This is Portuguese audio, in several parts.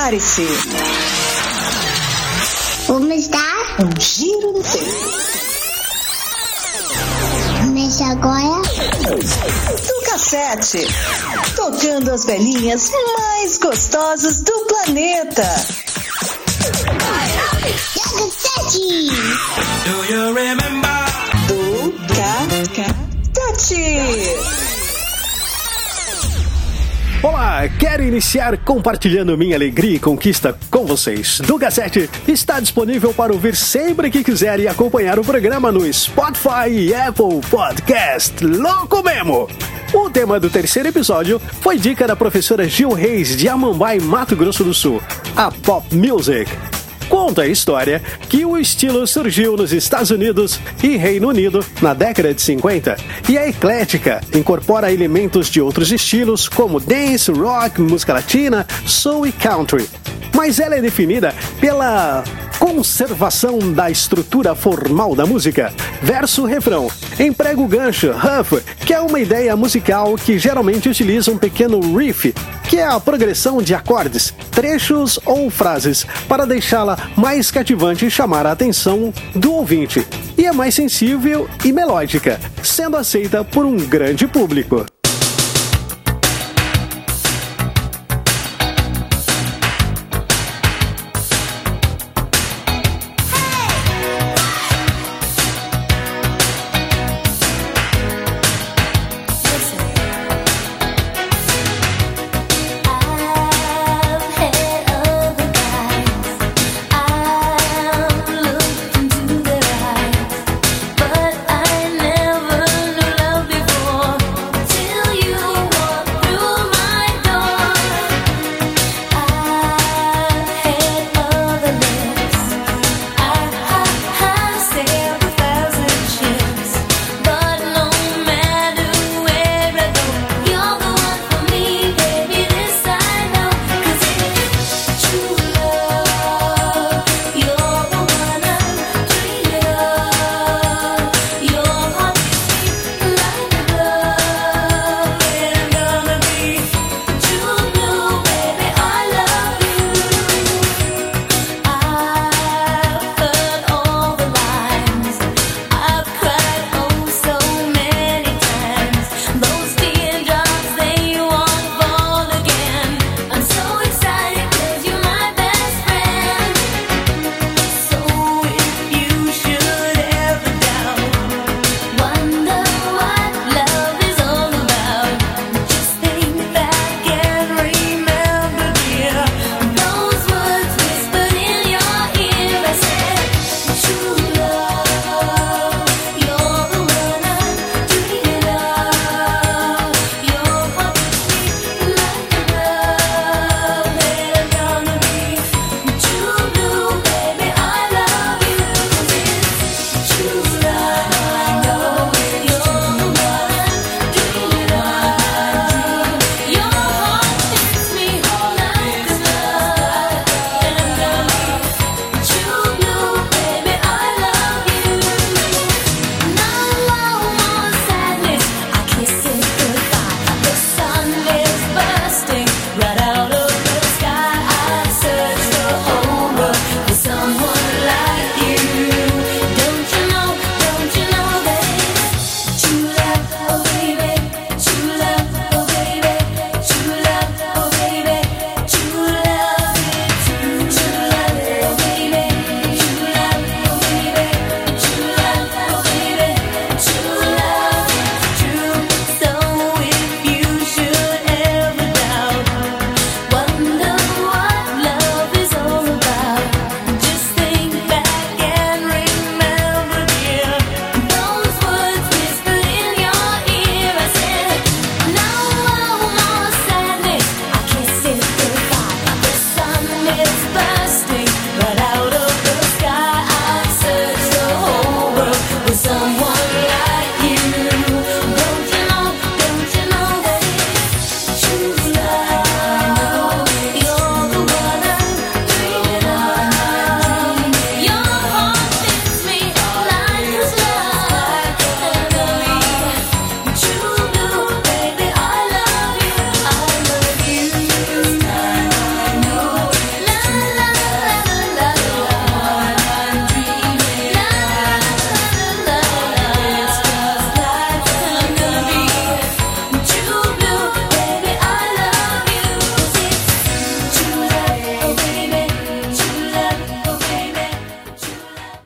Prepare-se. Vamos dar um giro no tempo. Começa agora. Do cassete. Tocando as velhinhas mais gostosas do planeta. Do cassete. Do you remember? Do cassete. Olá, quero iniciar compartilhando minha alegria e conquista com vocês. Do Cassete está disponível para ouvir sempre que quiser e acompanhar o programa no Spotify e Apple Podcast. Louco mesmo! O tema do terceiro episódio foi dica da professora Gil Reis, de Amambai, Mato Grosso do Sul, a Pop Music. Conta a história que o estilo surgiu nos Estados Unidos e Reino Unido na década de 50 e é eclética, incorpora elementos de outros estilos como dance, rock, música latina, soul e country. Mas ela é definida pela conservação da estrutura formal da música, verso-refrão, emprega o gancho, huff, que é uma ideia musical que geralmente utiliza um pequeno riff, que é a progressão de acordes, trechos ou frases, para deixá-la mais cativante e chamar a atenção do ouvinte, e é mais sensível e melódica, sendo aceita por um grande público. Till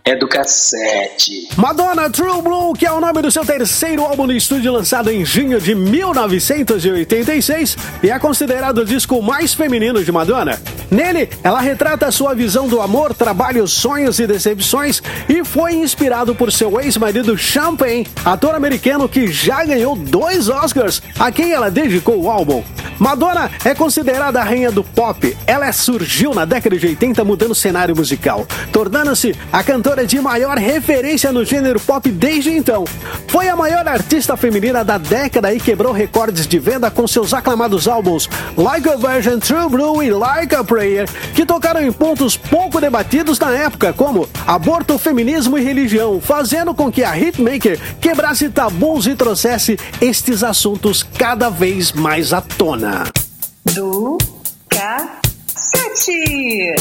é do cassete. Madonna True Blue, que é o nome do seu terceiro álbum de estúdio lançado em junho de 1986 e é considerado o disco mais feminino de Madonna. Nele, ela retrata a sua visão do amor, trabalho, sonhos e decepções e foi inspirado por seu ex-marido Sean Penn, ator americano que já ganhou 2 Oscars, a quem ela dedicou o álbum. Madonna é considerada a rainha do pop. Ela surgiu na década de 80 mudando o cenário musical, tornando-se a cantora de maior referência no gênero pop desde então. Foi a maior artista feminina da década e quebrou recordes de venda com seus aclamados álbuns Like a Virgin, True Blue e Like a Prayer, que tocaram em pontos pouco debatidos na época, como aborto, feminismo e religião, fazendo com que a hitmaker quebrasse tabus e trouxesse estes assuntos cada vez mais à tona. Do cassete.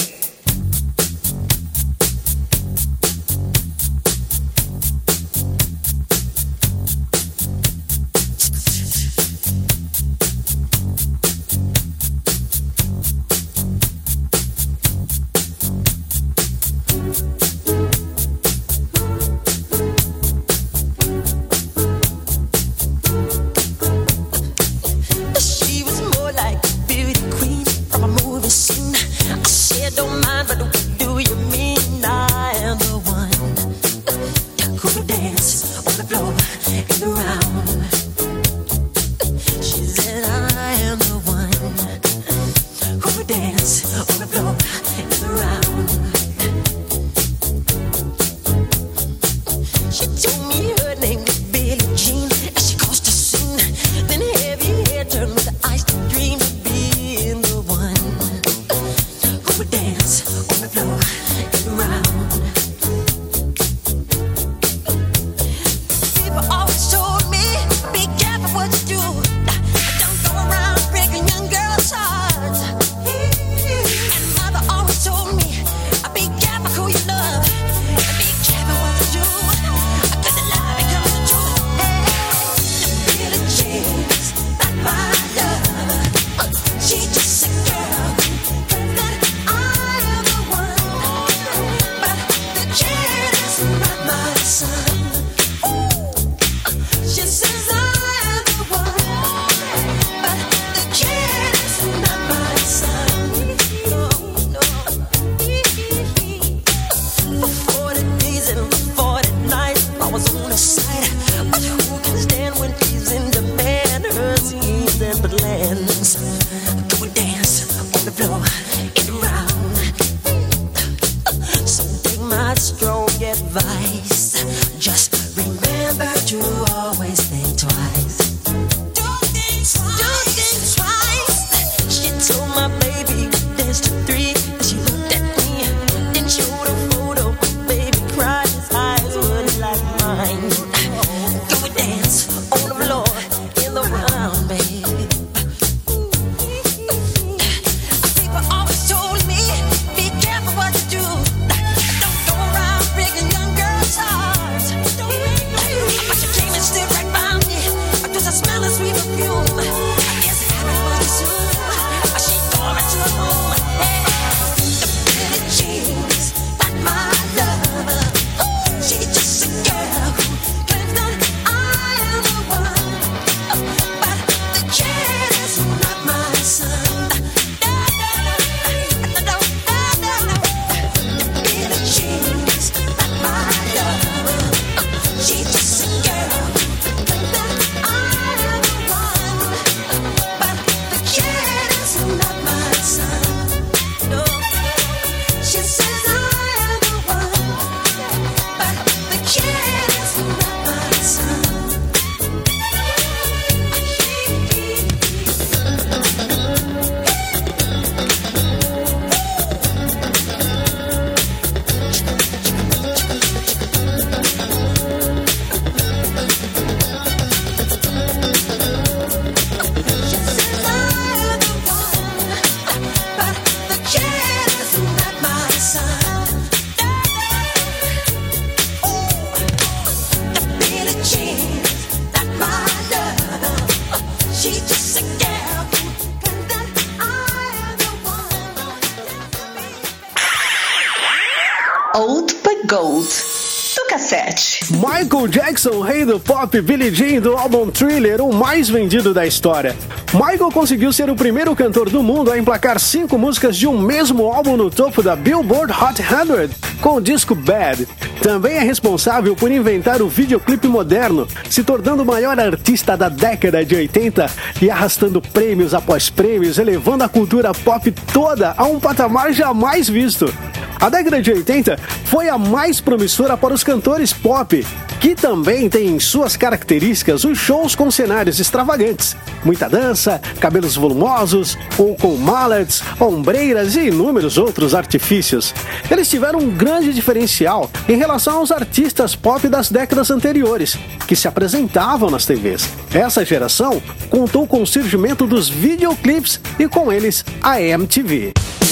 Gold, do cassete. Michael Jackson, rei do pop, Billie Jean do álbum Thriller, o mais vendido da história. Michael conseguiu ser o primeiro cantor do mundo a emplacar 5 músicas de um mesmo álbum no topo da Billboard Hot 100, com o disco Bad. Também é responsável por inventar o videoclipe moderno, se tornando o maior artista da década de 80 e arrastando prêmios após prêmios, elevando a cultura pop toda a um patamar jamais visto. A década de 80 foi a mais promissora para os cantores pop, que também tem em suas características os shows com cenários extravagantes, muita dança, cabelos volumosos, ou com mallets, ombreiras e inúmeros outros artifícios. Eles tiveram um grande diferencial em relação aos artistas pop das décadas anteriores, que se apresentavam nas TVs. Essa geração contou com o surgimento dos videoclipes e com eles a MTV.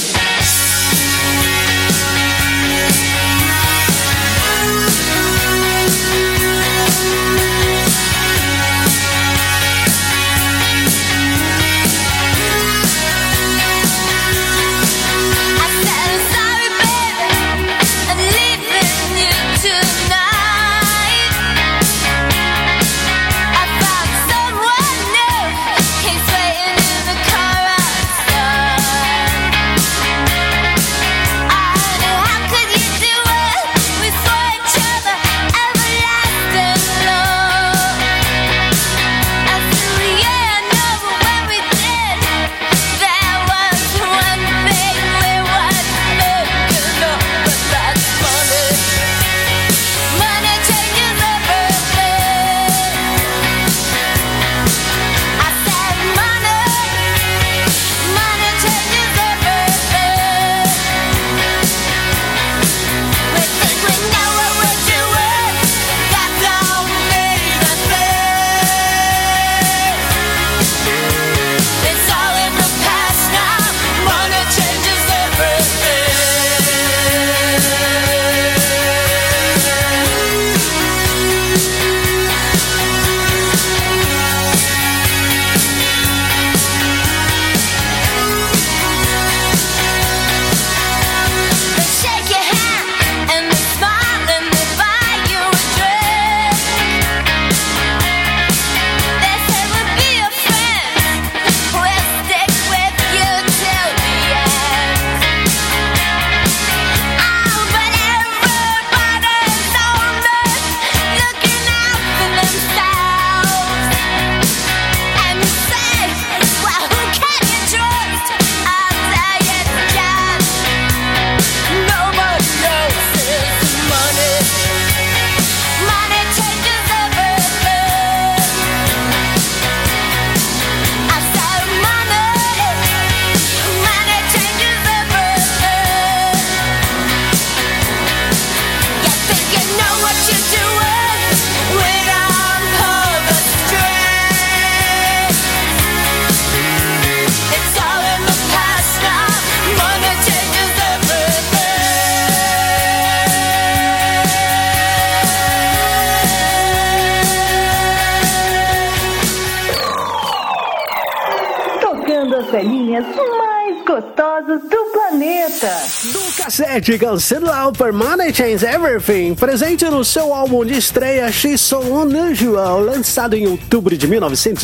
Velhinhas mais gostosas do planeta. Do cassete Cancel Out Money Changes Everything, presente no seu álbum de estreia She's So Unusual, lançado em outubro de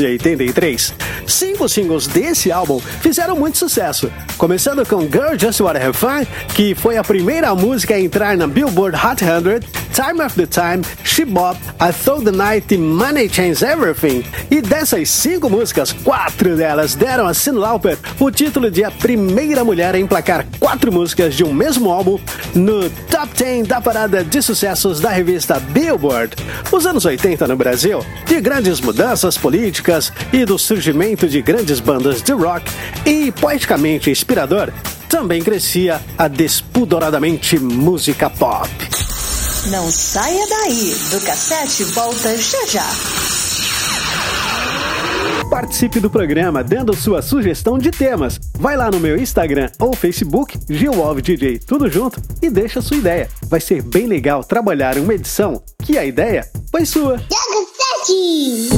1983. 5 singles desse álbum fizeram muito sucesso, começando com Girl Just Wanna Have Fun, que foi a primeira música a entrar na Billboard Hot 100, Time After Time, She Bop, I Thought the Night e Money Changes Everything. E dessas 5 músicas, 4 delas deram a Cyndi Lauper o título de a primeira mulher a emplacar 4 músicas de um mesmo álbum no Top 10 da parada de sucessos da revista Billboard. Os anos 80 no Brasil, de grandes mudanças políticas e do surgimento de grandes bandas de rock e poeticamente inspirador, também crescia a despudoradamente música pop. Não saia daí, do cassete volta já já. Participe do programa dando sua sugestão de temas. Vai lá no meu Instagram ou Facebook, GilWolfDJ, tudo junto, e deixa sua ideia. Vai ser bem legal trabalhar uma edição que a ideia foi sua. Cassete!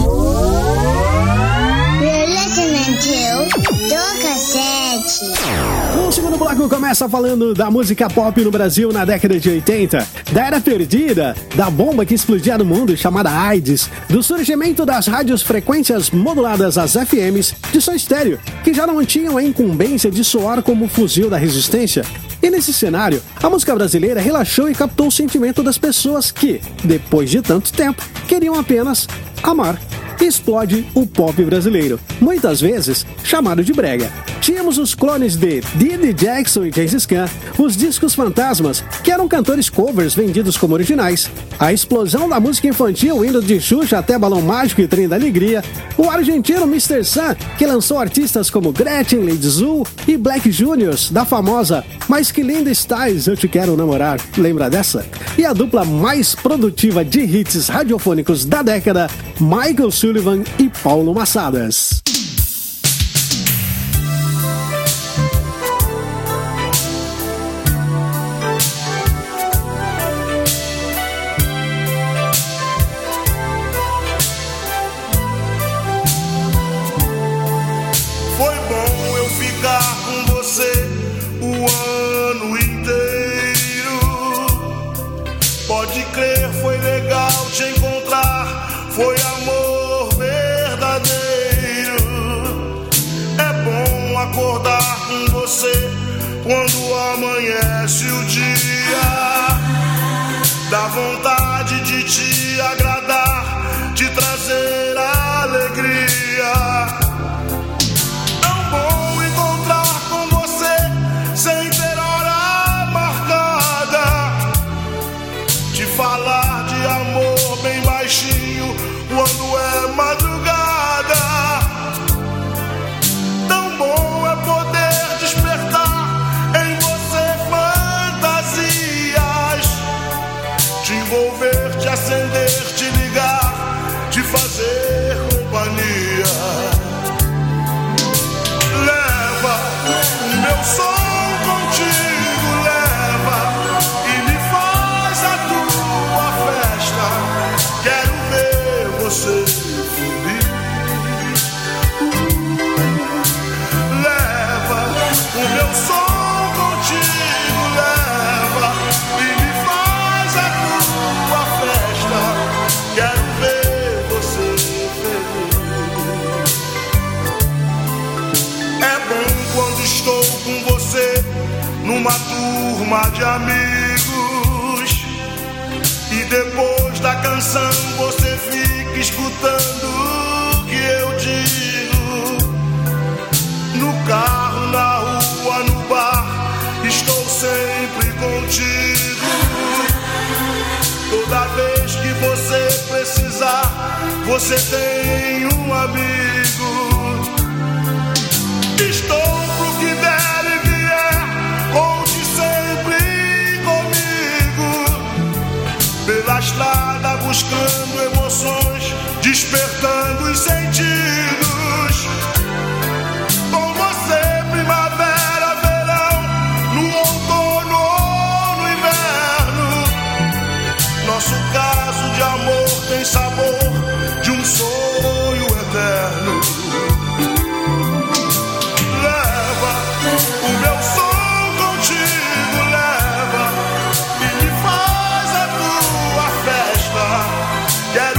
You're listening to Do Cassete. No segundo segundo bloco começa falando da música pop no Brasil na década de 80, da era perdida, da bomba que explodia no mundo chamada AIDS, do surgimento das rádios frequências moduladas às FMs de som estéreo, que já não tinham a incumbência de soar como o fuzil da resistência. E nesse cenário, a música brasileira relaxou e captou o sentimento das pessoas que, depois de tanto tempo, queriam apenas amar. Explode o pop brasileiro, muitas vezes chamado de brega. Tínhamos os clones de Didi Jackson e Gengis Khan, os discos fantasmas, que eram cantores covers vendidos como originais, a explosão da música infantil indo de Xuxa até Balão Mágico e Trem da Alegria, o argentino Mr. Sun, que lançou artistas como Gretchen, Lady Zu e Black Juniors, da famosa Mas Que Linda Estás, Eu Te Quero Namorar, lembra dessa? E a dupla mais produtiva de hits radiofônicos da década, Michael Sullivan e Paulo Massadas. Foi bom eu ficar com você o ano inteiro. Pode crer, foi legal te encontrar. Foi amor verdadeiro. É bom acordar com você quando amanhece o dia. Dá vontade de te agradar, de trazer alegria. É bom encontrar com você sem ter hora marcada, de falar de amor bem baixinho quando é madrugada. Tão bom é poder despertar em você fantasias, te envolver, te acender, te ligar, te fazer companhia. Leva o meu som contigo, leva e me faz a tua festa. Quero ver você feliz. Leva o meu som contigo, leva e me faz a tua festa. Quero ver você feliz. É bom quando estou com você numa turma de amigos e depois da canção você fica escutando o que eu digo. No carro, na rua, no bar, estou sempre contigo. Toda vez que você precisar, você tem um amigo. Estou pro que der e vier, conte sempre comigo. Pela estrada buscando emoções, despertando os sentidos. Com você primavera, verão, no outono ou no inverno. Nosso caso de amor tem sabor de um sonho eterno. O meu som contigo leva e me faz a tua festa.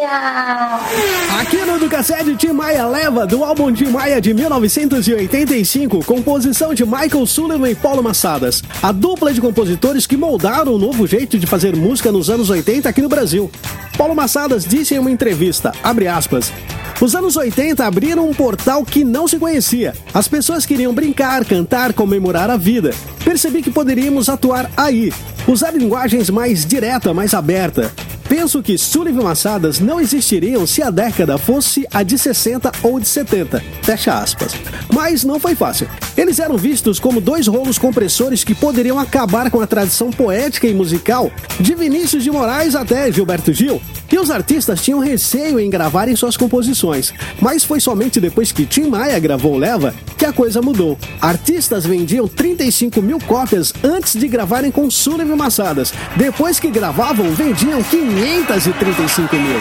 Maia! Aqui no Do Cassete, Tim Maia leva do álbum Tim Maia de 1985, composição de Michael Sullivan e Paulo Massadas, a dupla de compositores que moldaram um novo jeito de fazer música nos anos 80 aqui no Brasil. Paulo Massadas disse em uma entrevista, abre aspas, os anos 80 abriram um portal que não se conhecia. As pessoas queriam brincar, cantar, comemorar a vida. Percebi que poderíamos atuar aí, usar linguagens mais direta, mais aberta. Penso que Sullivan e Massadas não existiriam se a década fosse a de 60 ou de 70. Fecha aspas. Mas não foi fácil. Eles eram vistos como dois rolos compressores que poderiam acabar com a tradição poética e musical de Vinícius de Moraes até Gilberto Gil. E os artistas tinham receio em gravarem suas composições. Mas foi somente depois que Tim Maia gravou Leva que a coisa mudou. Artistas vendiam 35 mil cópias antes de gravarem com Sullivan e Massadas. Depois que gravavam, vendiam 535 mil.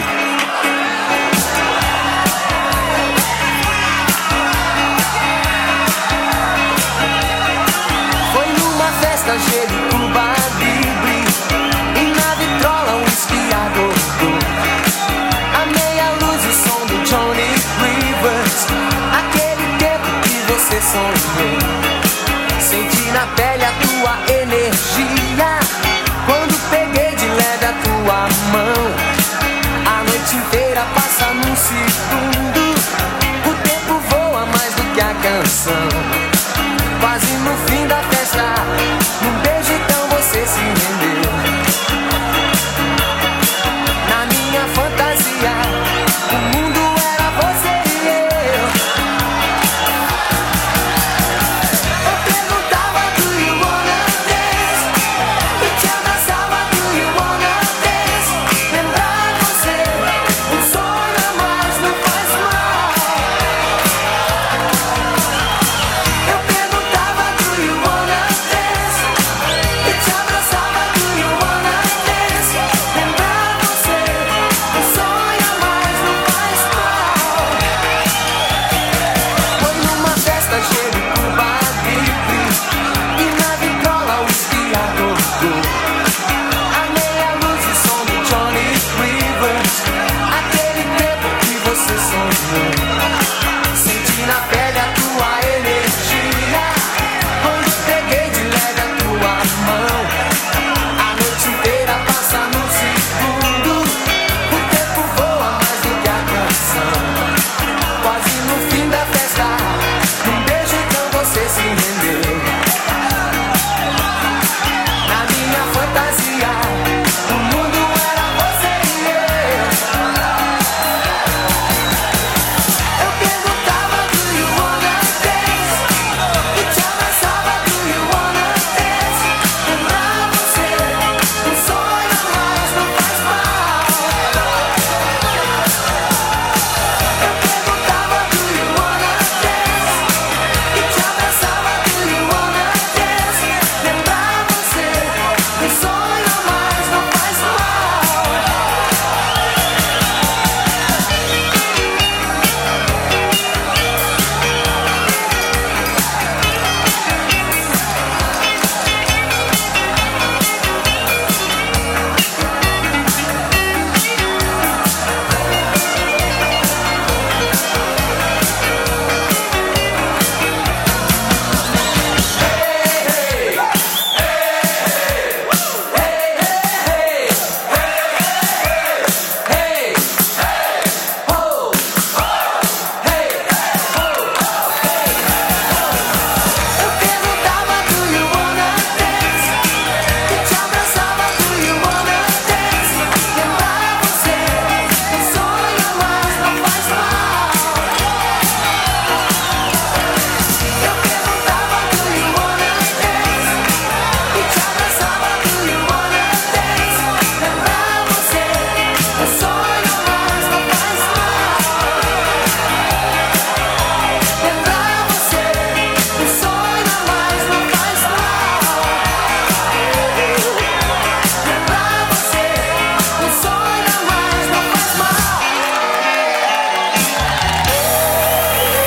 Foi numa festa Jeruba Libre e na vitrola um esquiador. A meia luz e o som do Johnny Rivers, aquele tempo que você sonhou. Senti na pele a tua energia quando peguei de leve a tua mão. A noite inteira passa num segundo, o tempo voa mais do que a canção. Quase no fim da festa, num beijo então você se rendeu. Na minha fantasia, o mundo era você e eu. Eu perguntava, do you wanna dance? E te abraçava, do you wanna dance? Lembrar você, um sonho a mais não faz mal. Eu perguntava, do you wanna dance? E te abraçava, do you wanna dance? Lembrar você, um sonho a mais não faz mal. Foi numa festa Jeruba Libre e na vitrola o esquiador. A meia luz e o som do Johnny Rivers, aquele tempo que você sonhou. Senti na pele a tua energia quando peguei de leve a tua mão. A noite inteira passa num segundo, o tempo voa mais do que a canção. Quase no fim da festa, num beijo então você se rendeu. Na minha fantasia, o mundo era você e eu. Eu perguntava, do you wanna dance? E te abraçava, do you wanna dance? Lembrar você, um sonho a mais não faz mal. Eu perguntava, do you wanna dance? E te abraçava, do you wanna dance? Lembrar você, um sonho a mais não faz mal. Eu perguntava, do you wanna dance? E te abraçava, do you wanna dance? Lembrar você, um sonho a mais não faz mal. Eu perguntava, do you wanna dance? E te abraçava, do you wanna dance? Lembrar você, um sonho a mais não faz mal. Lembrar você, um sonho a mais não faz mal. Lembrar você, um sonho a mais não faz mal.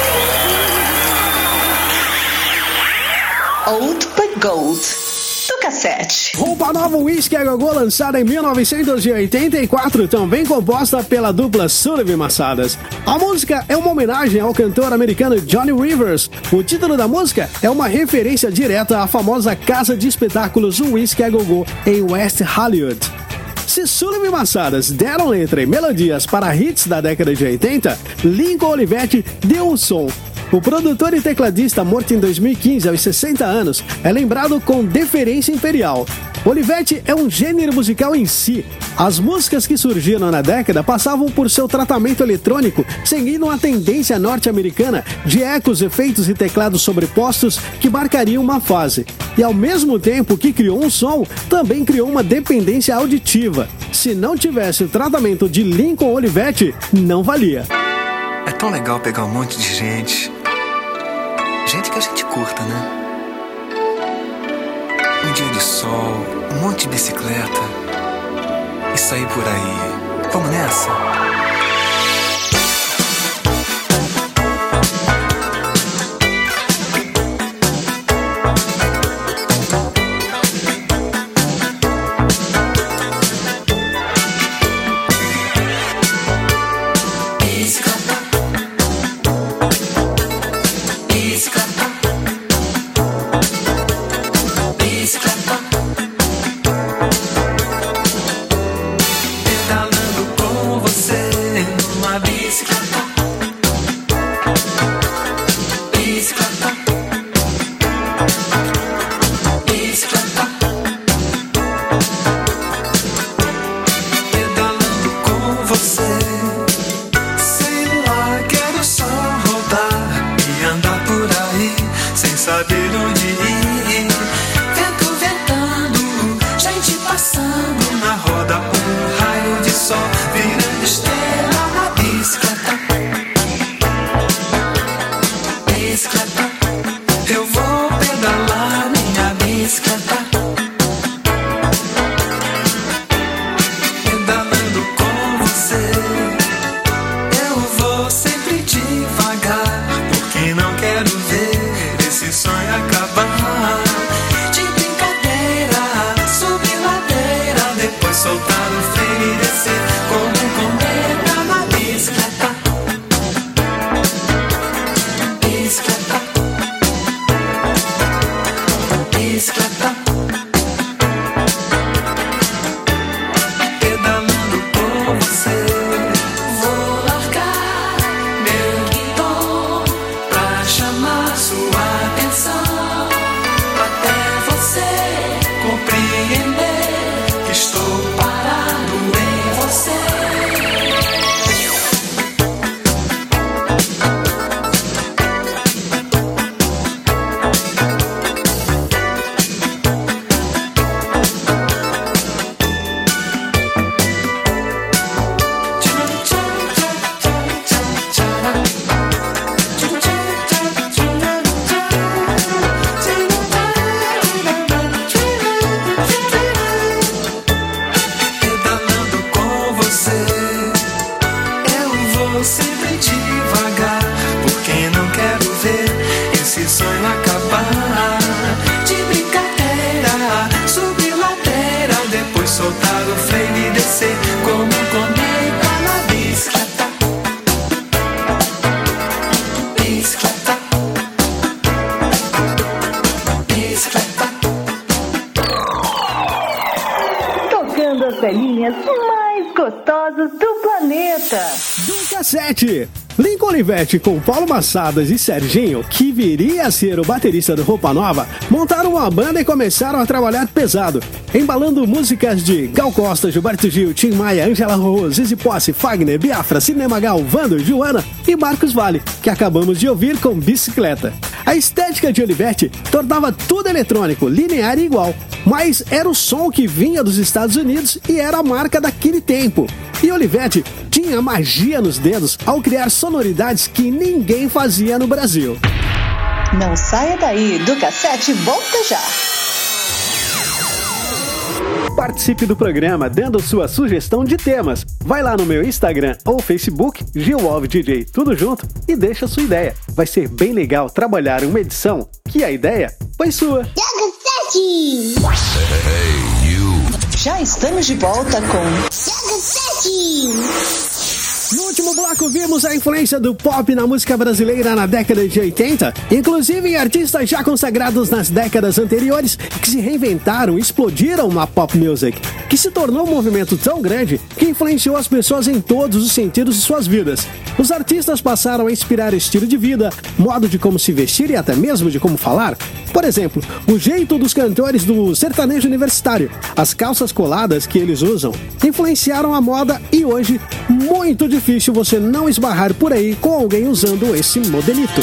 Old but Gold. Do Cassete. 7. Roupa Nova Whisky a Go-Go, lançada em 1984, também composta pela dupla Sullivan Massadas. A música é uma homenagem ao cantor americano Johnny Rivers. O título da música é uma referência direta à famosa casa de espetáculos Whisky a Go-Go em West Hollywood. Se Sullivan Massadas deram letra e melodias para hits da década de 80, Lincoln Olivetti deu o som. O produtor e tecladista, morto em 2015 aos 60 anos, é lembrado com deferência imperial. Olivetti é um gênero musical em si. As músicas que surgiram na década passavam por seu tratamento eletrônico, seguindo uma tendência norte-americana de ecos, efeitos e teclados sobrepostos que marcariam uma fase. E ao mesmo tempo que criou um som, também criou uma dependência auditiva. Se não tivesse o tratamento de Lincoln Olivetti, não valia. É tão legal pegar um monte de gente que a gente curta, né? Um dia de sol, um monte de bicicleta e sair por aí. Vamos nessa? velhinhas mais gostosas do planeta. Do cassete, Lincoln Olivetti com Paulo Massadas e Serginho, que viria a ser o baterista do Roupa Nova, montaram uma banda e começaram a trabalhar pesado, embalando músicas de Gal Costa, Gilberto Gil, Tim Maia, Angela Rose, Zizi Posse, Fagner, Biafra, Cinema Gal, Vando, Joana e Marcos Valle, que acabamos de ouvir com Bicicleta. A estética de Olivetti tornava tudo eletrônico, linear e igual, mas era o som que vinha dos Estados Unidos e era a marca daquele tempo. E Olivetti tinha magia nos dedos ao criar sonoridades que ninguém fazia no Brasil. Não saia daí, do cassete volta já. Participe do programa dando sua sugestão de temas. Vai lá no meu Instagram ou Facebook, GilWolfDJ, tudo junto, e deixa sua ideia. Vai ser bem legal trabalhar uma edição que a ideia foi sua. Joga Já estamos de volta com Joga 7. No último bloco vimos a influência do pop na música brasileira na década de 80, inclusive em artistas já consagrados nas décadas anteriores que se reinventaram e explodiram na pop music, que se tornou um movimento tão grande que influenciou as pessoas em todos os sentidos de suas vidas. Os artistas passaram a inspirar estilo de vida, modo de como se vestir e até mesmo de como falar. Por exemplo, o jeito dos cantores do sertanejo universitário, as calças coladas que eles usam, influenciaram a moda e hoje, muito difícil você não esbarrar por aí com alguém usando esse modelito.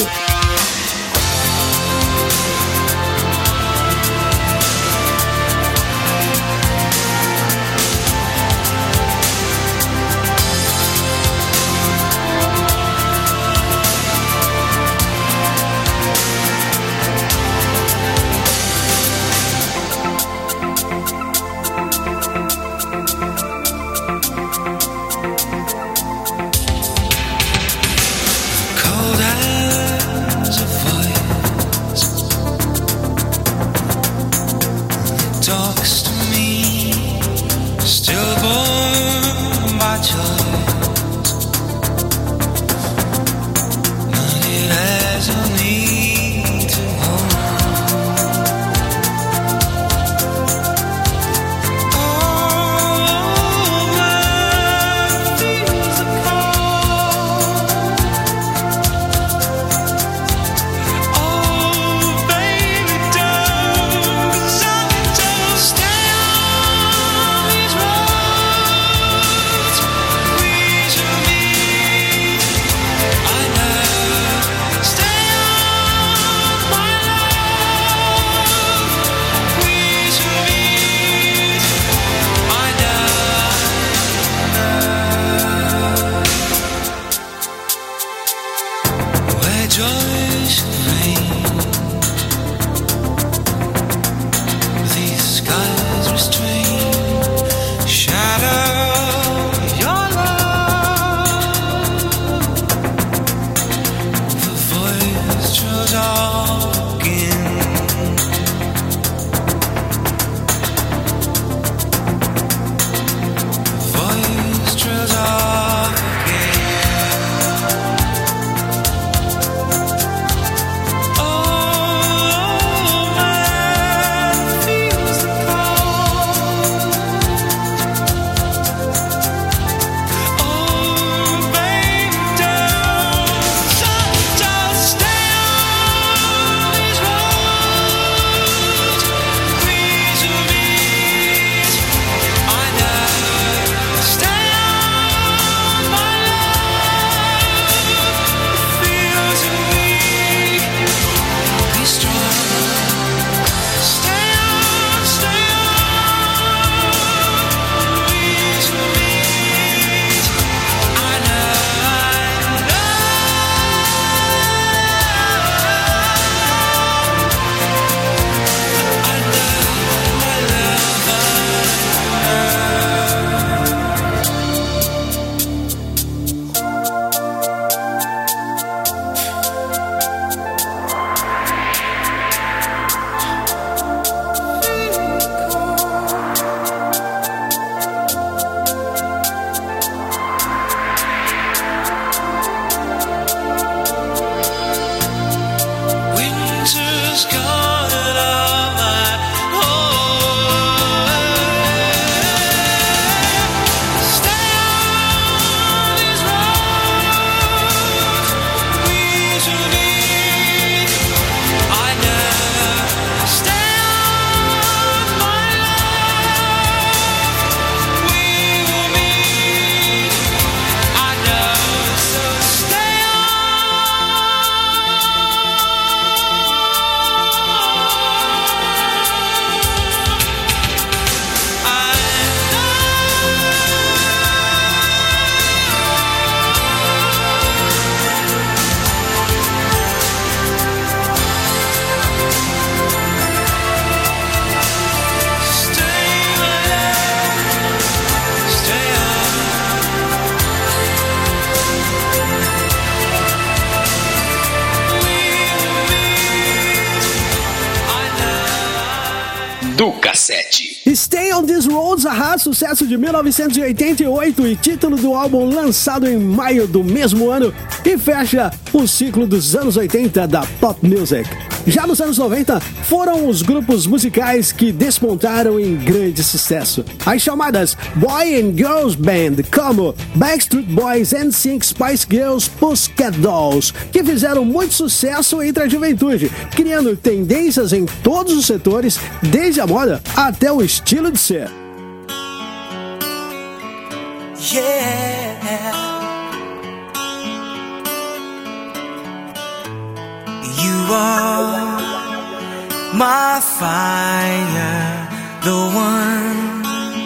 Stay on These Roads, sucesso de 1988 e título do álbum lançado em maio do mesmo ano e fecha o ciclo dos anos 80 da pop music. Já nos anos 90, foram os grupos musicais que despontaram em grande sucesso. As chamadas Boy and Girls Band, como Backstreet Boys, NSYNC, Spice Girls, Pussycat Dolls, que fizeram muito sucesso entre a juventude, criando tendências em todos os setores, desde a moda até o estilo de ser. You are my fire, the one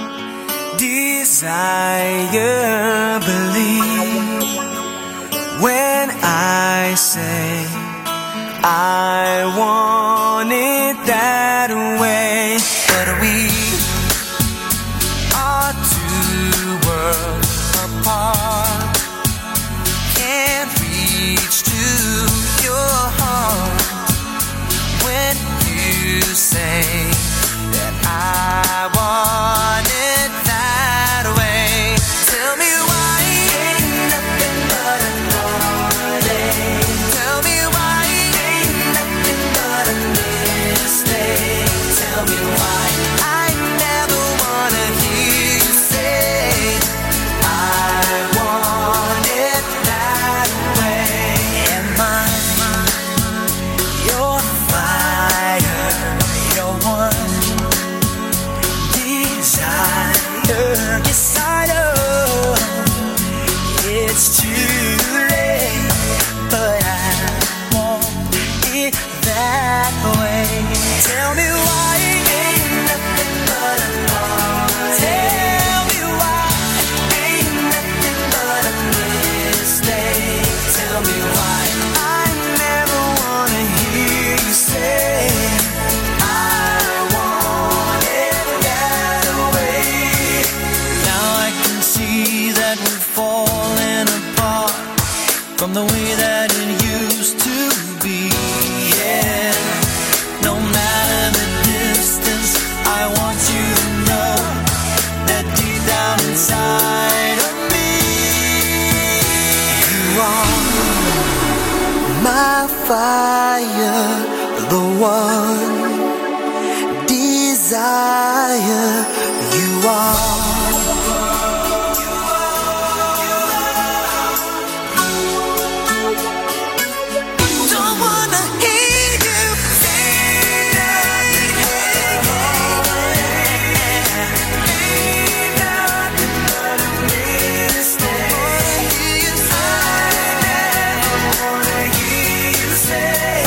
desire. Believe when I say I want it that way. But we are two worlds apart, can't reach to your heart when you say that I want it that way. Tell me why ain't nothing but a heartache. Tell me why ain't nothing but a mistake. Tell me why I never wanna hear you say I want it that way. Am I your fire, your one desire? Yes, I know it's too late, but I want it that way. Tell me why ain't nothing but a heart. Tell me why ain't nothing but a mistake. Tell me why I never wanna hear you say I want it that way. Now I can see that we're falling apart from the way that it used to be. Yeah, no matter the distance, I want you to know that deep down inside of me, you are my fire, the one desire. You are. Don't wanna hear you say nothing but a mistake. I never wanna hear you say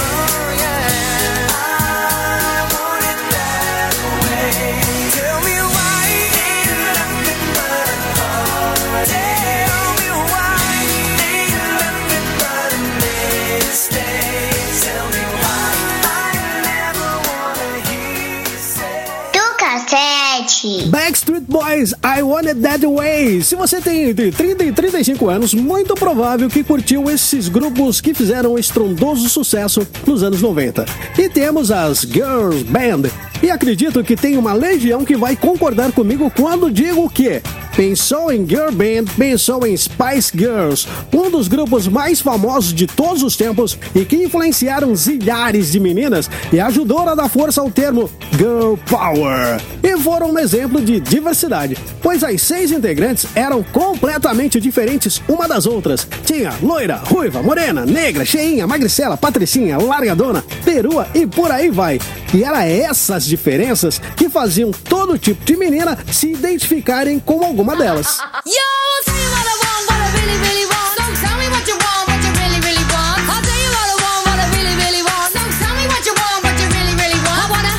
I want it that way. Tell me why ain't nothing but a heart. Tell me why ain't nothing but a mistake. Tell me why I never wanna hear you say. Do cassete. Backstreet Boys, I Want It That Way. Se você tem entre 30 e 35 anos, muito provável que curtiu esses grupos que fizeram estrondoso sucesso nos anos 90. E temos as Girls Band. E acredito que tem uma legião que vai concordar comigo quando digo que pensou em Girl Band, pensou em Spice Girls, um dos grupos mais famosos de todos os tempos e que influenciaram zilhares de meninas e ajudou a dar força ao termo Girl Power. E foram um exemplo de diversidade, pois as 6 integrantes eram completamente diferentes uma das outras. Tinha loira, ruiva, morena, negra, cheinha, magricela, patricinha, largadona, perua e por aí vai. E era essas diferenças que faziam todo tipo de menina se identificarem com alguma delas. Yo, I'll tell you what I want, what I really, really want. Don't tell me what you want, what you really, really want. I'll tell you what I want, what I really, really want. Don't tell me what you want, what you really, really want. I wanna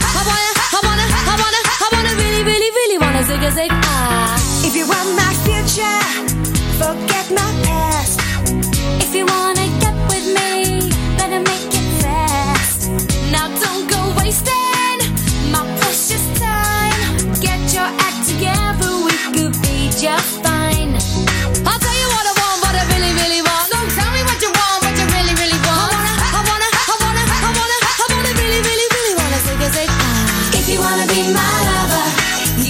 really, really, really wanna zig a zig ah. If you want my future, forget my past. If you wanna get with me, better make it fast. Now don't go wasting my precious time. Get your act together, we could be just fine. I'll tell you what I want, what I really, really want. Don't tell me what you want, what you really, really want. I wanna really, really, really wanna zig a zig ah. If you wanna be my lover,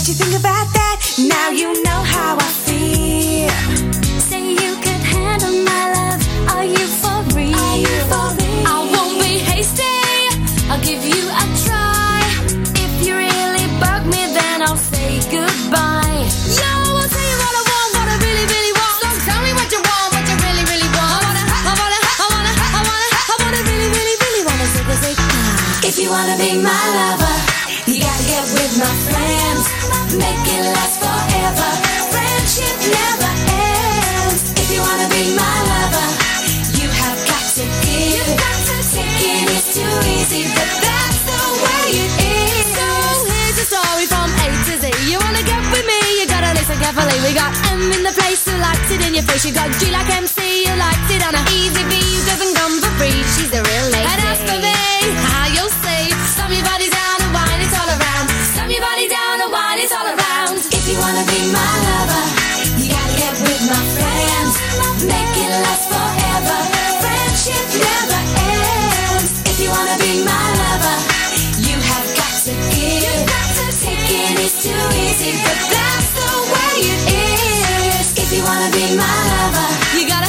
What you think about that? Now you know how I feel. Say you could handle my love. Are you for real? Are you for real? I won't be hasty. I'll give you a try. If you really bug me, then I'll say goodbye. Yo, I'll tell you what I want, what I really, really want. So tell me what you want, what you really, really want. I wanna really, really, really wanna say. If you wanna be my lover, you gotta get with my friends. Make it last forever. Friendship never ends. If you wanna be my lover, you have got to give. Taking is too easy, but that's the way it is. So here's a story from A to Z. You wanna get with me, you gotta listen carefully. We got M in the place who likes it in your face. You got G like MC, who likes it on a easy B, who doesn't come for free. She's a real lady. And as for me, how you'll see, stomp your body down and wine, it's all around. Stomp your body down and wine, it's all around. If you wanna be my lover, you gotta get with my friends. Make it last forever. Friendship never ends. If you wanna be my lover, you have got to give. Taking is too easy, but that's the way it is. If you wanna be my lover, you gotta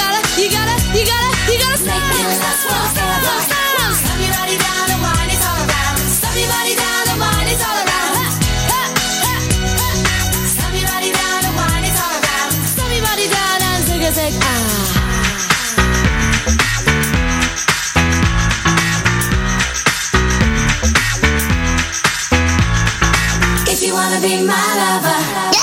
make it last forever. Stop your body down and wine, it's all around. Stop your body down and wine, it's all around. Stop your body down and wine, it's all around. Stop your body down and zig If you wanna be my lover.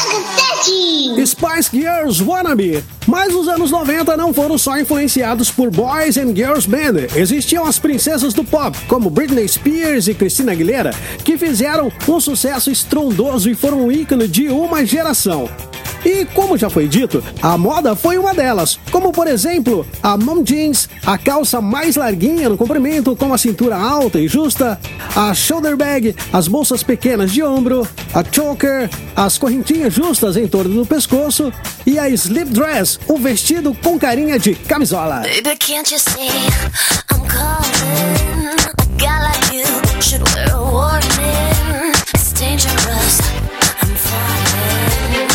Spice Girls Wannabe. Mas os anos 90 não foram só influenciados por Boys and Girls Band. Existiam as princesas do pop, como Britney Spears e Christina Aguilera, que fizeram um sucesso estrondoso e foram um ícone de uma geração. E, como já foi dito, a moda foi uma delas, como por exemplo, a mom jeans, a calça mais larguinha no comprimento com a cintura alta e justa, a shoulder bag, as bolsas pequenas de ombro, a choker, as correntinhas justas em torno do pescoço e a slip dress, o vestido com carinha de camisola. Baby, can't you see I'm calling? A guy like you should wear a warning. It's dangerous, I'm falling.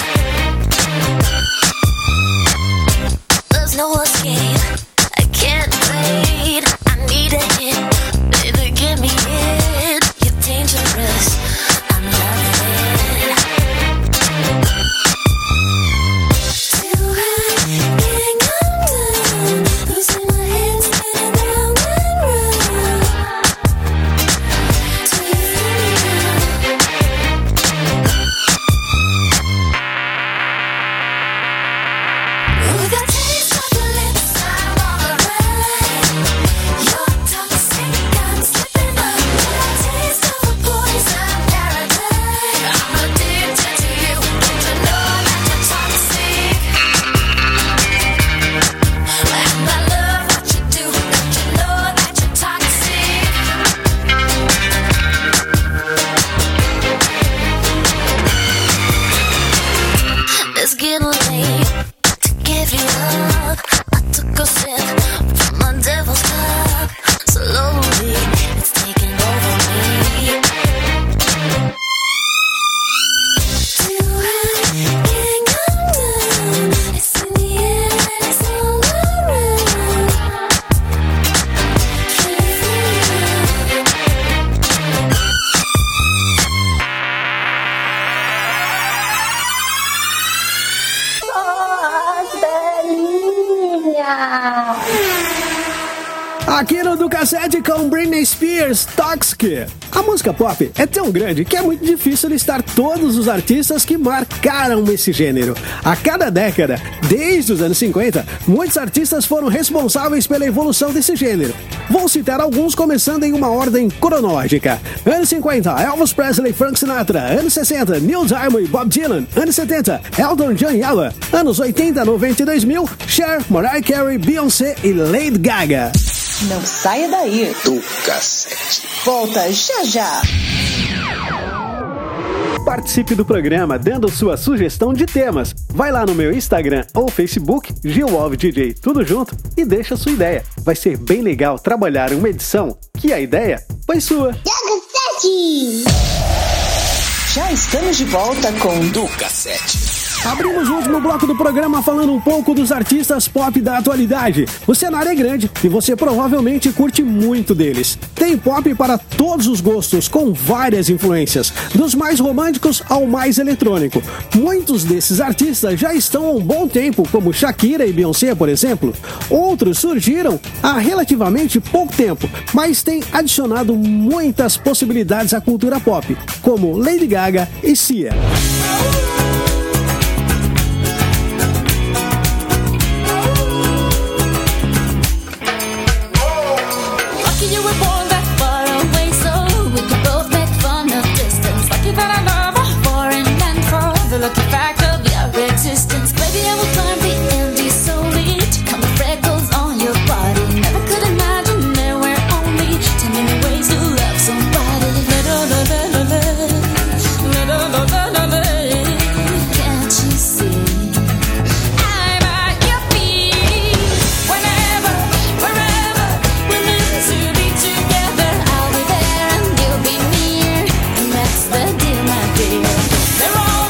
There's no escape, I can't wait. I need a hit, baby, give me it. You're dangerous, I'm loving. Too high, can't come down. Losing my head, spinning round and round. Do you feel me now? With a taste of your lips, I'm on the run. You're toxic, I'm slipping up. With a taste of a poison paradise. I'm addicted to you. Don't you know that you're toxic? And I love what you do. Don't you know that you're toxic? It's getting late to give you up. I took a sip from my devil's cup. Slowly, it's taking over me. Too high, can't come down. It's in the air and it's all around. Can you feel it? Aqui no Do Cassete com Britney Spears, Toxic. A música pop é tão grande que é muito difícil listar todos os artistas que marcaram esse gênero. A cada década, desde os anos 50, muitos artistas foram responsáveis pela evolução desse gênero. Vou citar alguns começando em uma ordem cronológica. Anos 50, Elvis Presley, Frank Sinatra. Anos 60, Neil Diamond e Bob Dylan. Anos 70, Elton John e ABBA. Anos 80, 90 e 2000, Cher, Mariah Carey, Beyoncé e Lady Gaga. Não saia daí. Do Cassete. Volta já já. Participe do programa dando sua sugestão de temas. Vai lá no meu Instagram ou Facebook, GilWolfDJ, tudo junto, e deixa sua ideia. Vai ser bem legal trabalhar uma edição que a ideia foi sua. Do Cassete! Já estamos de volta com Do Cassete. Abrimos o último bloco do programa falando um pouco dos artistas pop da atualidade. O cenário é grande e você provavelmente curte muito deles. Tem pop para todos os gostos, com várias influências, dos mais românticos ao mais eletrônico. Muitos desses artistas já estão há um bom tempo, como Shakira e Beyoncé, por exemplo. Outros surgiram há relativamente pouco tempo, mas têm adicionado muitas possibilidades à cultura pop, como Lady Gaga e Sia. The lucky fact of your existence. Baby, I will climb the envy solely to count the freckles on your body. Never could imagine there were only 10 million ways to love somebody. Can't you see? I'm at your feet. Whenever, wherever we're meant to be together, I'll be there and you'll be near. And that's the deal, my dear. They're all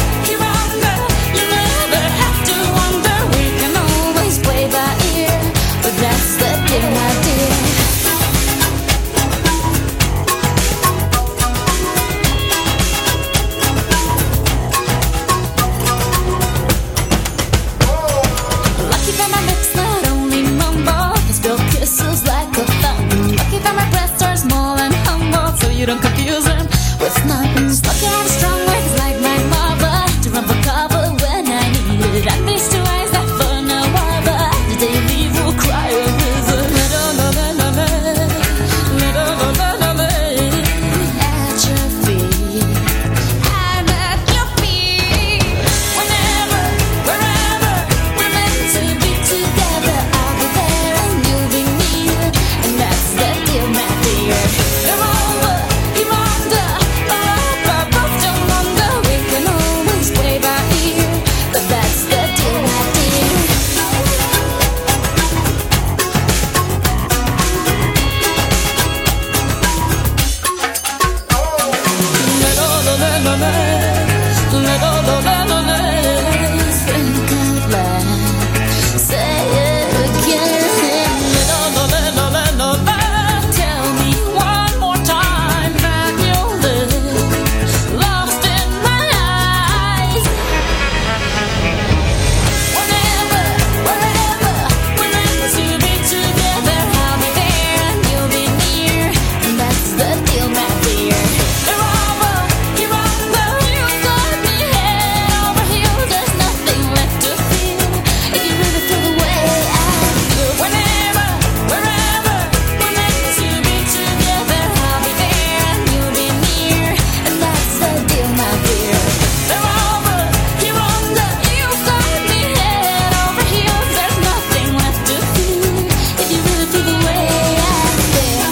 that's the deal, my dear. Lucky that my lips not only mumble, they spill kisses like a fountain. Lucky that my breasts are small and humble, so you don't confuse them with nothings. Lucky I have strong legs like my mother to run for cover when I need it. And these two eyes that for no other, the day you leave will cry a river. At your feet, I'm at your feet. Whenever, wherever we're meant to be together, I'll be there and you'll be near. And that's the deal, my dear. You're over, you're under, both don't wonder. We can always play by ear, but that's the deal, my dear. Think out loud, say it again. Tell me one more time that you'll live lost in my eyes. Whenever, wherever we're meant to be together, I'll be there and you'll be near. And that's the deal, my dear. You're over, you're under, you got me head over heels. There's nothing left to feel if you really feel the way I feel. Whenever, wherever we're meant to be together, I'll be there and you'll be near. And that's the deal, my dear. You're over, you're under, you got me head over heels. There's nothing left to feel if you really feel the way I feel.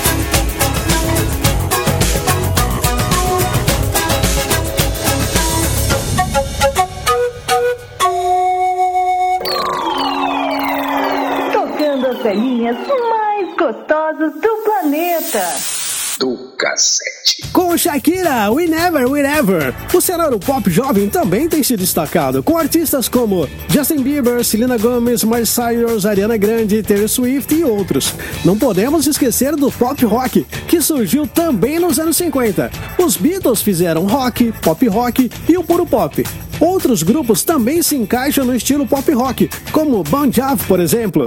Tocando as velhinhas mais gostosas do planeta. Do Cassete. Com Shakira, We Never, We Never. O cenário pop jovem também tem se destacado, com artistas como Justin Bieber, Selena Gomez, Miley Cyrus, Ariana Grande, Taylor Swift e outros. Não podemos esquecer do pop rock, que surgiu também nos anos 50. Os Beatles fizeram rock, pop rock e o puro pop. Outros grupos também se encaixam no estilo pop rock, como Bon Jovi, por exemplo.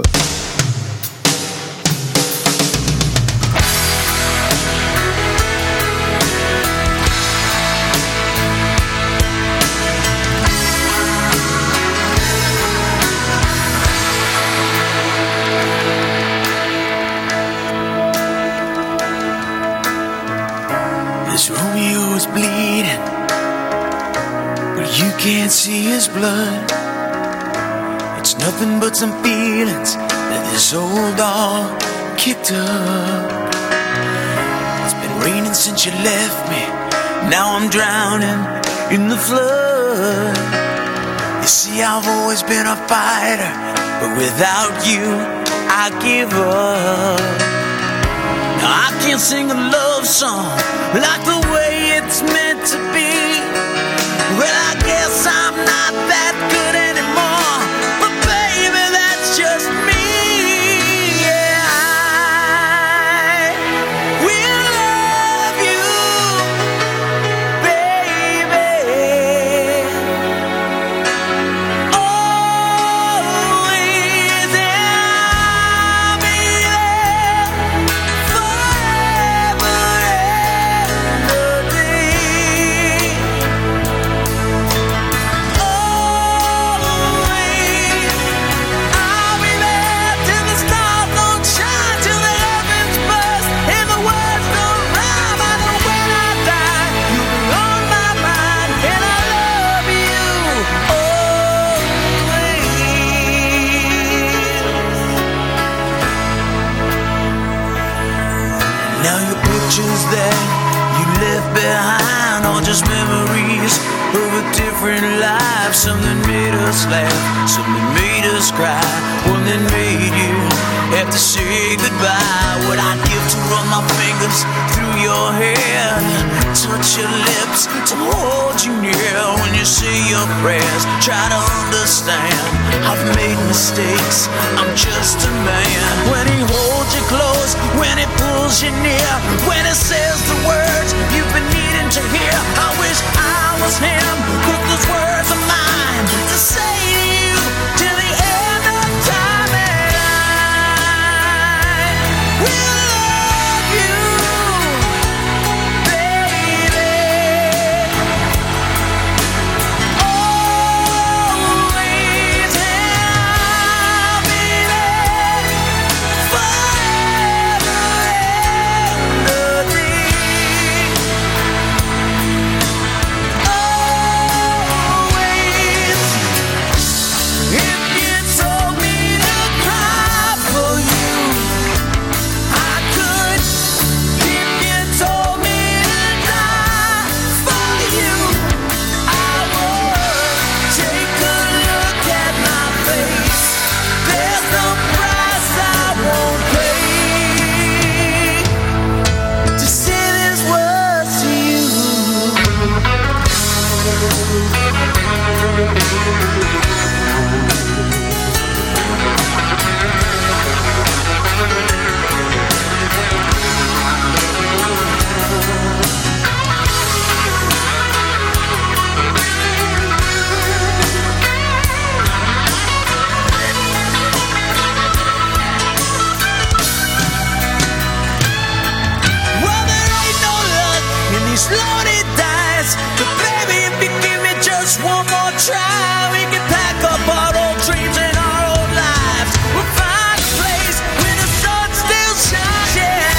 This Romeo is bleeding, but you can't see his blood. It's nothing but some feelings that this old dog kicked up. It's been raining since you left me, now I'm drowning in the flood. You see, I've always been a fighter, but without you, I give up. Now I can't sing a love song like the way it's meant to be. Well, I guess I'm not that good anymore, but baby, that's just me. Yeah, I will love you, baby, always, and I'll be there forever and a day. Always, I'll be there till the stars don't shine, till the heavens burst and the words don't rhyme. I know when I die, you'll be on my mind, and I love you always. Now your pictures that you left behind are just memories of a different life. Something made us laugh, something made us cry, one that made you have to say goodbye. What I'd give to run my fingers through your hair, touch your lips, to hold you near when you say your prayers. Try to understand, I've made mistakes, I'm just a man. When he holds you close, when he pulls you near, when he says the words you've been needing to hear, I wish I was him, 'cause those words are mine to say to you till the end of time. And I will love you, baby, always, and I'll be there forever and a day. Always, if you told me to cry for you, I could. If you told me to die for you, I would. Take a look at my face, there's no price I won't pay to say these words to you. Well, there ain't no luck in these lonely days, but baby, if you give me just one more try, we can pack up our old dreams and our old lives. We'll find a place where the sun still shines. Yeah,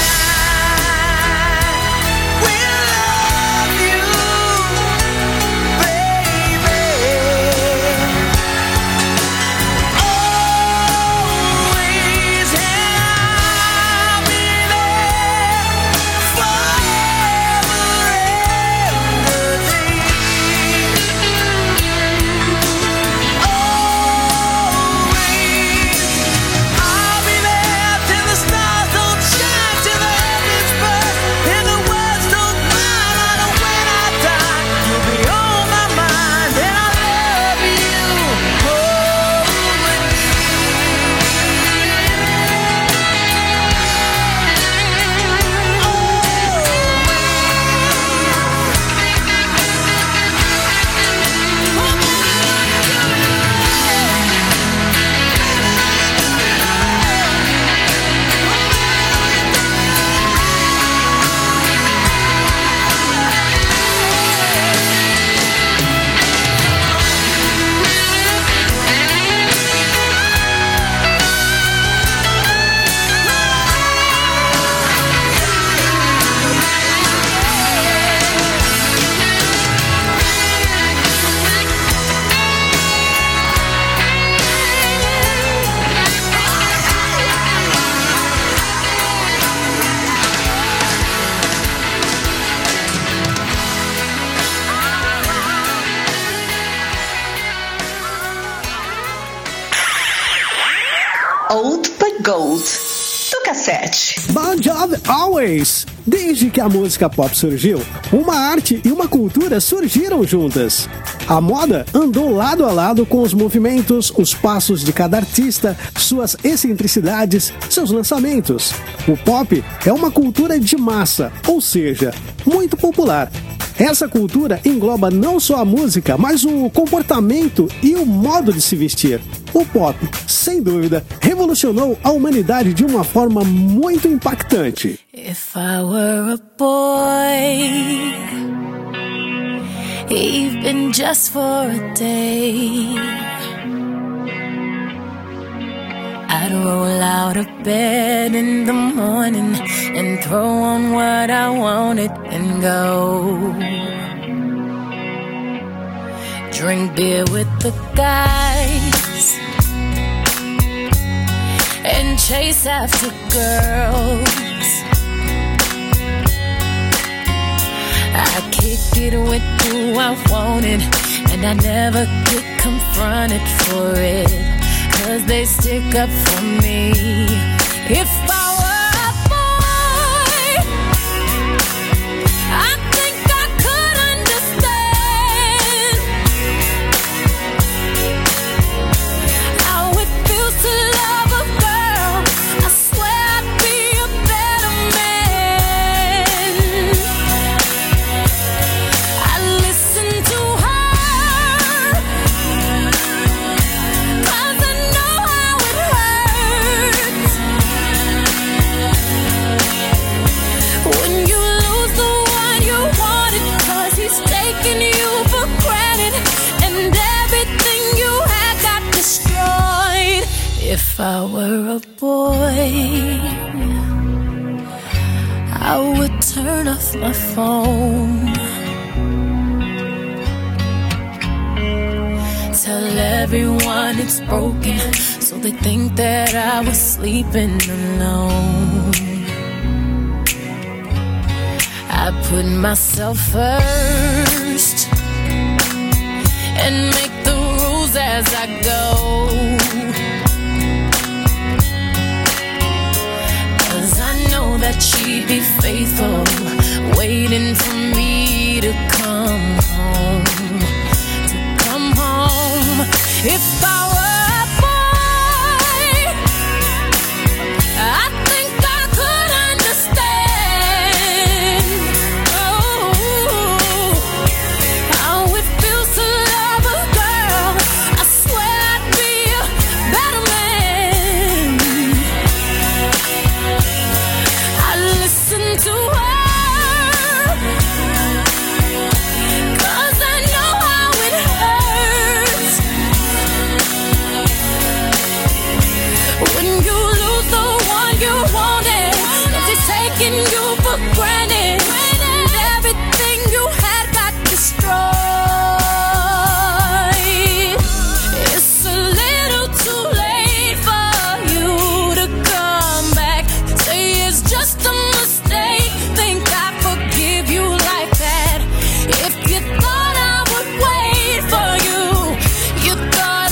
we'll love you, baby, always, and I'll be there forever and a day. Always, I'll be there till the stars don't shine, till the heavens burst and the words don't rhyme. I know when I die, you'll be on my mind, and I love you Old but Gold, do Cassete. Bon Jovi Always. Desde que a música pop surgiu, uma arte e uma cultura surgiram juntas. A moda andou lado a lado com os movimentos, os passos de cada artista, suas excentricidades, seus lançamentos. O pop é uma cultura de massa, ou seja, muito popular. Essa cultura engloba não só a música, mas o comportamento e o modo de se vestir. O pop, sem dúvida, revolucionou a humanidade de uma forma muito impactante. If I were a boy, even just for a day, I'd roll out of bed in the morning and throw on what I wanted and go. Drink beer with the guys and chase after girls. I kick it with who I wanted, and I never get confronted for it, 'cause they stick up for me. If I were a boy, I think I could understand how it feels to love a girl. I swear I'd be a better man. I listen to her, 'cause I know how it hurts when you lose the one you wanted, 'cause he's taking you for granted and everything you had got destroyed. If I were a boy, I would turn off my phone, tell everyone it's broken, so they think that I was sleeping alone. I put myself first and make the rules as I go, 'cause I know that she'd be faithful, waiting for me to come home. If I were a boy, I think I could understand how it feels to love a girl. I swear I'd be a better man. I listen to her, 'cause I know how it hurts when you lose the one you wanted, 'cause he's taking you for granted and everything you had got destroyed. It's a little too late for you to come back. Say it's just a mistake, think I forgive you like that. If you thought I would wait for you, you thought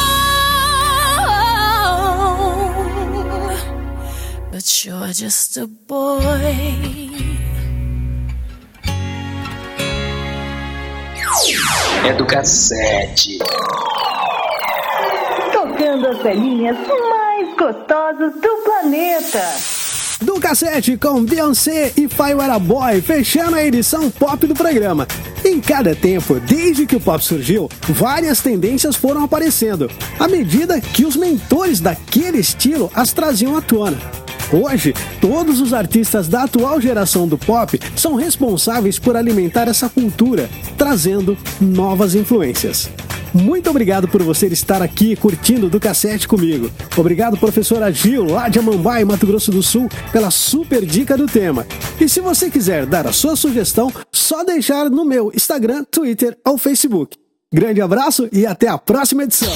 wrong. But you're just a boy. É do cassete. Tocando as velhinhas mais gostosas do planeta. Do cassete com Beyoncé e If I Were a Boy, fechando a edição pop do programa. Em cada tempo, desde que o pop surgiu, várias tendências foram aparecendo, à medida que os mentores daquele estilo as traziam à tona. Hoje, todos os artistas da atual geração do pop são responsáveis por alimentar essa cultura, trazendo novas influências. Muito obrigado por você estar aqui curtindo Do Cassete comigo. Obrigado, professora Gil, lá de Amambai, Mato Grosso do Sul, pela super dica do tema. E se você quiser dar a sua sugestão, só deixar no meu Instagram, Twitter ou Facebook. Grande abraço e até a próxima edição.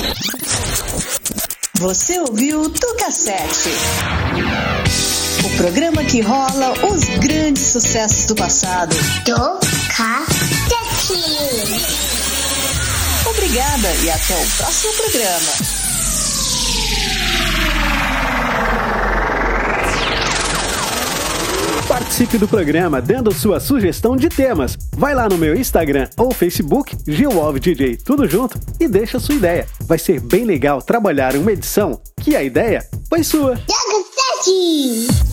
Você ouviu Do Cassete, o programa que rola os grandes sucessos do passado. Do Cassete. Obrigada e até o próximo programa. Participe do programa dando sua sugestão de temas. Vai lá no meu Instagram ou Facebook, GilWolfDJ, tudo junto, e deixa sua ideia. Vai ser bem legal trabalhar uma edição que a ideia foi sua. Joga 7!